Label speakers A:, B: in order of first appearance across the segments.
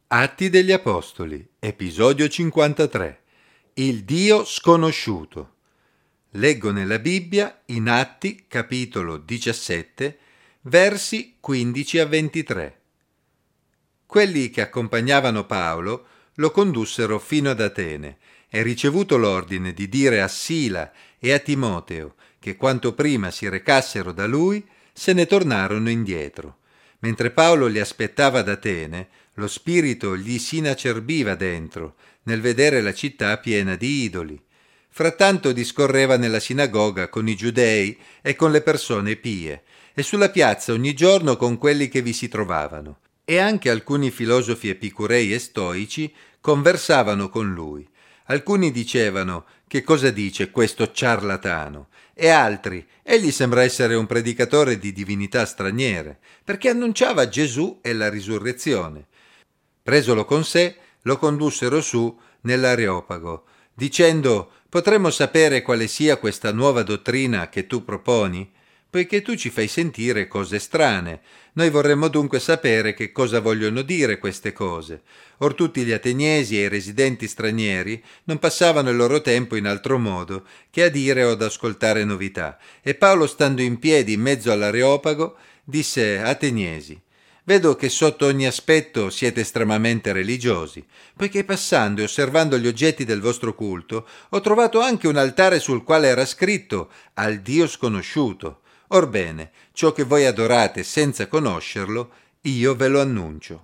A: Atti degli Apostoli, episodio 53. Il Dio sconosciuto. Leggo nella Bibbia in Atti, capitolo 17, versi 15 a 23. Quelli che accompagnavano Paolo lo condussero fino ad Atene e ricevuto l'ordine di dire a Sila e a Timoteo che quanto prima si recassero da lui, se ne tornarono indietro. Mentre Paolo li aspettava ad Atene, lo spirito gli si inacerbiva dentro, nel vedere la città piena di idoli. Frattanto discorreva nella sinagoga con i giudei e con le persone pie, e sulla piazza ogni giorno con quelli che vi si trovavano. E anche alcuni filosofi epicurei e stoici conversavano con lui. Alcuni dicevano: che cosa dice questo ciarlatano? E altri: egli sembra essere un predicatore di divinità straniere, perché annunciava Gesù e la risurrezione. Presolo con sé, lo condussero su nell'Areopago, dicendo: potremmo sapere quale sia questa nuova dottrina che tu proponi? Poiché tu ci fai sentire cose strane. Noi vorremmo dunque sapere che cosa vogliono dire queste cose. Or tutti gli ateniesi e i residenti stranieri non passavano il loro tempo in altro modo che a dire o ad ascoltare novità. E Paolo, stando in piedi in mezzo all'Areopago, disse: Ateniesi, vedo che sotto ogni aspetto siete estremamente religiosi, poiché passando e osservando gli oggetti del vostro culto ho trovato anche un altare sul quale era scritto al Dio sconosciuto. Orbene, ciò che voi adorate senza conoscerlo, io ve lo annuncio.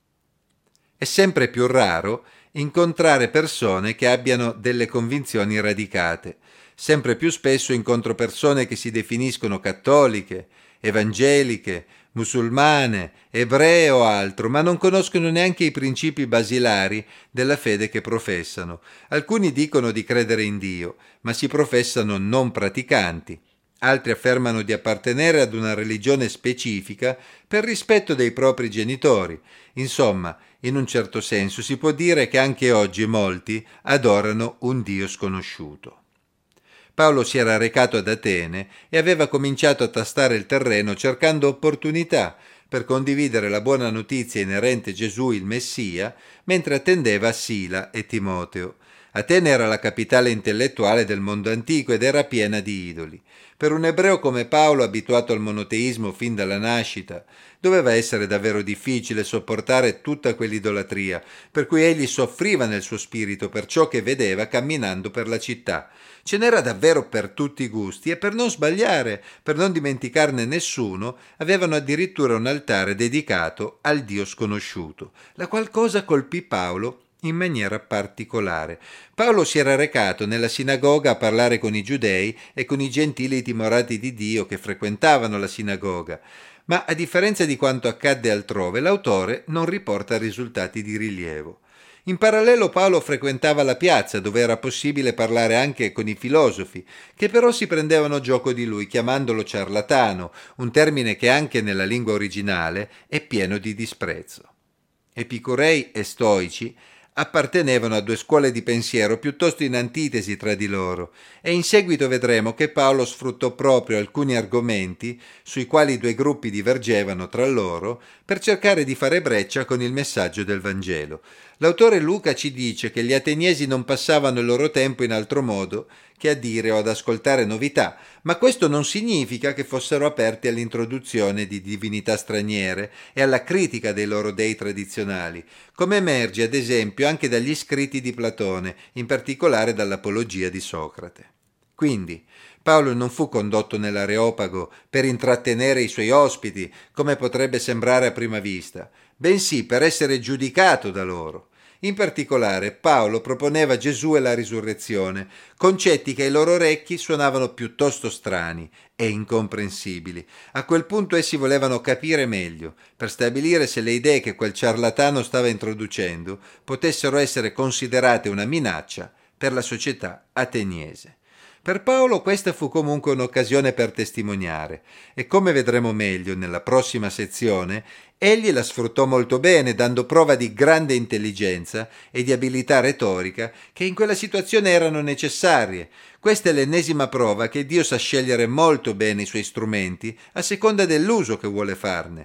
A: È sempre più raro incontrare persone che abbiano delle convinzioni radicate. Sempre più spesso incontro persone che si definiscono cattoliche, evangeliche, musulmane, ebree o altro, ma non conoscono neanche i principi basilari della fede che professano. Alcuni dicono di credere in Dio, ma si professano non praticanti. Altri affermano di appartenere ad una religione specifica per rispetto dei propri genitori. Insomma, in un certo senso si può dire che anche oggi molti adorano un Dio sconosciuto. Paolo si era recato ad Atene e aveva cominciato a tastare il terreno cercando opportunità per condividere la buona notizia inerente Gesù il Messia mentre attendeva Sila e Timoteo. Atene era la capitale intellettuale del mondo antico ed era piena di idoli. Per un ebreo come Paolo, abituato al monoteismo fin dalla nascita, doveva essere davvero difficile sopportare tutta quell'idolatria, per cui egli soffriva nel suo spirito per ciò che vedeva camminando per la città. Ce n'era davvero per tutti i gusti e per non sbagliare, per non dimenticarne nessuno, avevano addirittura un altare dedicato al Dio sconosciuto, la qual cosa colpì Paolo in maniera particolare. Paolo si era recato nella sinagoga a parlare con i giudei e con i gentili timorati di Dio che frequentavano la sinagoga, ma a differenza di quanto accadde altrove, l'autore non riporta risultati di rilievo. In parallelo Paolo frequentava la piazza, dove era possibile parlare anche con i filosofi, che però si prendevano gioco di lui chiamandolo ciarlatano, un termine che anche nella lingua originale è pieno di disprezzo. Epicurei e stoici appartenevano a due scuole di pensiero piuttosto in antitesi tra di loro e in seguito vedremo che Paolo sfruttò proprio alcuni argomenti sui quali i due gruppi divergevano tra loro per cercare di fare breccia con il messaggio del Vangelo. L'autore Luca ci dice che gli ateniesi non passavano il loro tempo in altro modo che a dire o ad ascoltare novità, ma questo non significa che fossero aperti all'introduzione di divinità straniere e alla critica dei loro dei tradizionali, come emerge ad esempio anche dagli scritti di Platone, in particolare dall'Apologia di Socrate. Quindi, Paolo non fu condotto nell'Areopago per intrattenere i suoi ospiti, come potrebbe sembrare a prima vista, bensì per essere giudicato da loro. In particolare, Paolo proponeva Gesù e la risurrezione, concetti che ai loro orecchi suonavano piuttosto strani e incomprensibili. A quel punto essi volevano capire meglio, per stabilire se le idee che quel ciarlatano stava introducendo potessero essere considerate una minaccia per la società ateniese. Per Paolo questa fu comunque un'occasione per testimoniare e, come vedremo meglio nella prossima sezione, egli la sfruttò molto bene, dando prova di grande intelligenza e di abilità retorica che in quella situazione erano necessarie. Questa è l'ennesima prova che Dio sa scegliere molto bene i suoi strumenti a seconda dell'uso che vuole farne.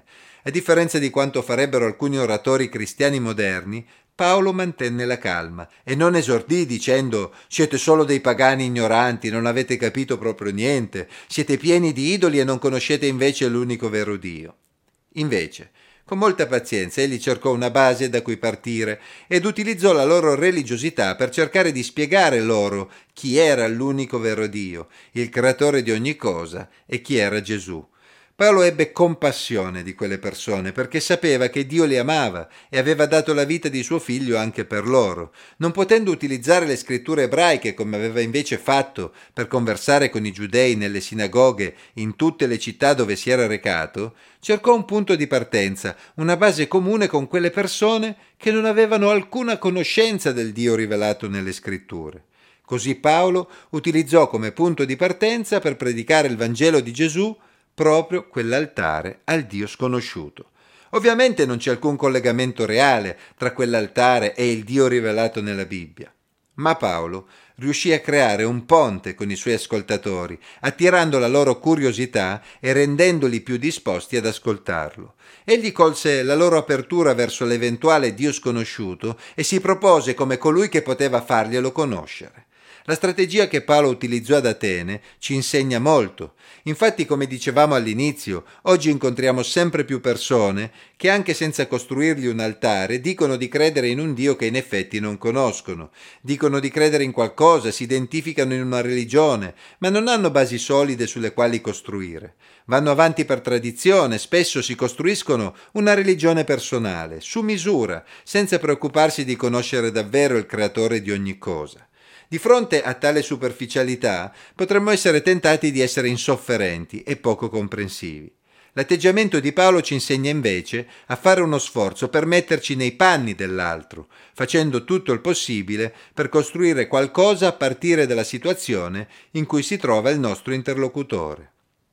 A: A differenza di quanto farebbero alcuni oratori cristiani moderni, Paolo mantenne la calma e non esordì dicendo: «Siete solo dei pagani ignoranti, non avete capito proprio niente, siete pieni di idoli e non conoscete invece l'unico vero Dio». Invece, con molta pazienza, egli cercò una base da cui partire ed utilizzò la loro religiosità per cercare di spiegare loro chi era l'unico vero Dio, il creatore di ogni cosa, e chi era Gesù. Paolo ebbe compassione di quelle persone perché sapeva che Dio li amava e aveva dato la vita di suo figlio anche per loro. Non potendo utilizzare le scritture ebraiche come aveva invece fatto per conversare con i giudei nelle sinagoghe in tutte le città dove si era recato, cercò un punto di partenza, una base comune con quelle persone che non avevano alcuna conoscenza del Dio rivelato nelle scritture. Così Paolo utilizzò come punto di partenza per predicare il Vangelo di Gesù proprio quell'altare al Dio sconosciuto. Ovviamente non c'è alcun collegamento reale tra quell'altare e il Dio rivelato nella Bibbia, ma Paolo riuscì a creare un ponte con i suoi ascoltatori, attirando la loro curiosità e rendendoli più disposti ad ascoltarlo. Egli colse la loro apertura verso l'eventuale Dio sconosciuto e si propose come colui che poteva farglielo conoscere. La strategia che Paolo utilizzò ad Atene ci insegna molto. Infatti, come dicevamo all'inizio, oggi incontriamo sempre più persone che, anche senza costruirgli un altare, dicono di credere in un Dio che in effetti non conoscono. Dicono di credere in qualcosa, si identificano in una religione, ma non hanno basi solide sulle quali costruire. Vanno avanti per tradizione, spesso si costruiscono una religione personale, su misura, senza preoccuparsi di conoscere davvero il creatore di ogni cosa. Di fronte a tale superficialità potremmo essere tentati di essere insofferenti e poco comprensivi. L'atteggiamento di Paolo ci insegna invece a fare uno sforzo per metterci nei panni dell'altro, facendo tutto il possibile per costruire qualcosa a partire dalla situazione in cui si trova il nostro interlocutore.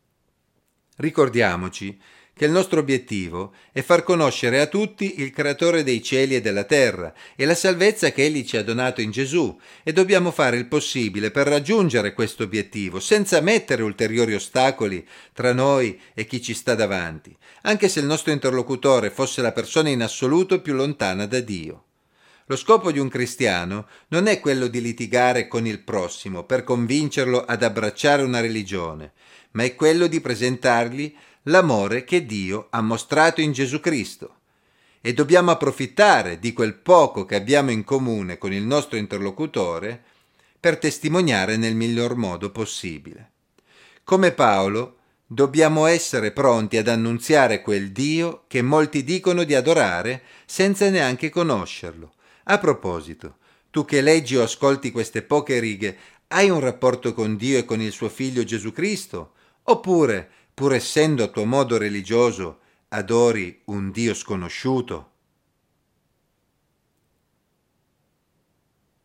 A: Ricordiamoci che il nostro obiettivo è far conoscere a tutti il creatore dei cieli e della terra e la salvezza che egli ci ha donato in Gesù, e dobbiamo fare il possibile per raggiungere questo obiettivo senza mettere ulteriori ostacoli tra noi e chi ci sta davanti, anche se il nostro interlocutore fosse la persona in assoluto più lontana da Dio. Lo scopo di un cristiano non è quello di litigare con il prossimo per convincerlo ad abbracciare una religione, ma è quello di presentargli l'amore che Dio ha mostrato in Gesù Cristo. E dobbiamo approfittare di quel poco che abbiamo in comune con il nostro interlocutore per testimoniare nel miglior modo possibile. Come Paolo, dobbiamo essere pronti ad annunziare quel Dio che molti dicono di adorare senza neanche conoscerlo. A proposito, tu che leggi o ascolti queste poche righe, hai un rapporto con Dio e con il suo Figlio Gesù Cristo? Oppure, pur essendo a tuo modo religioso, adori un Dio sconosciuto?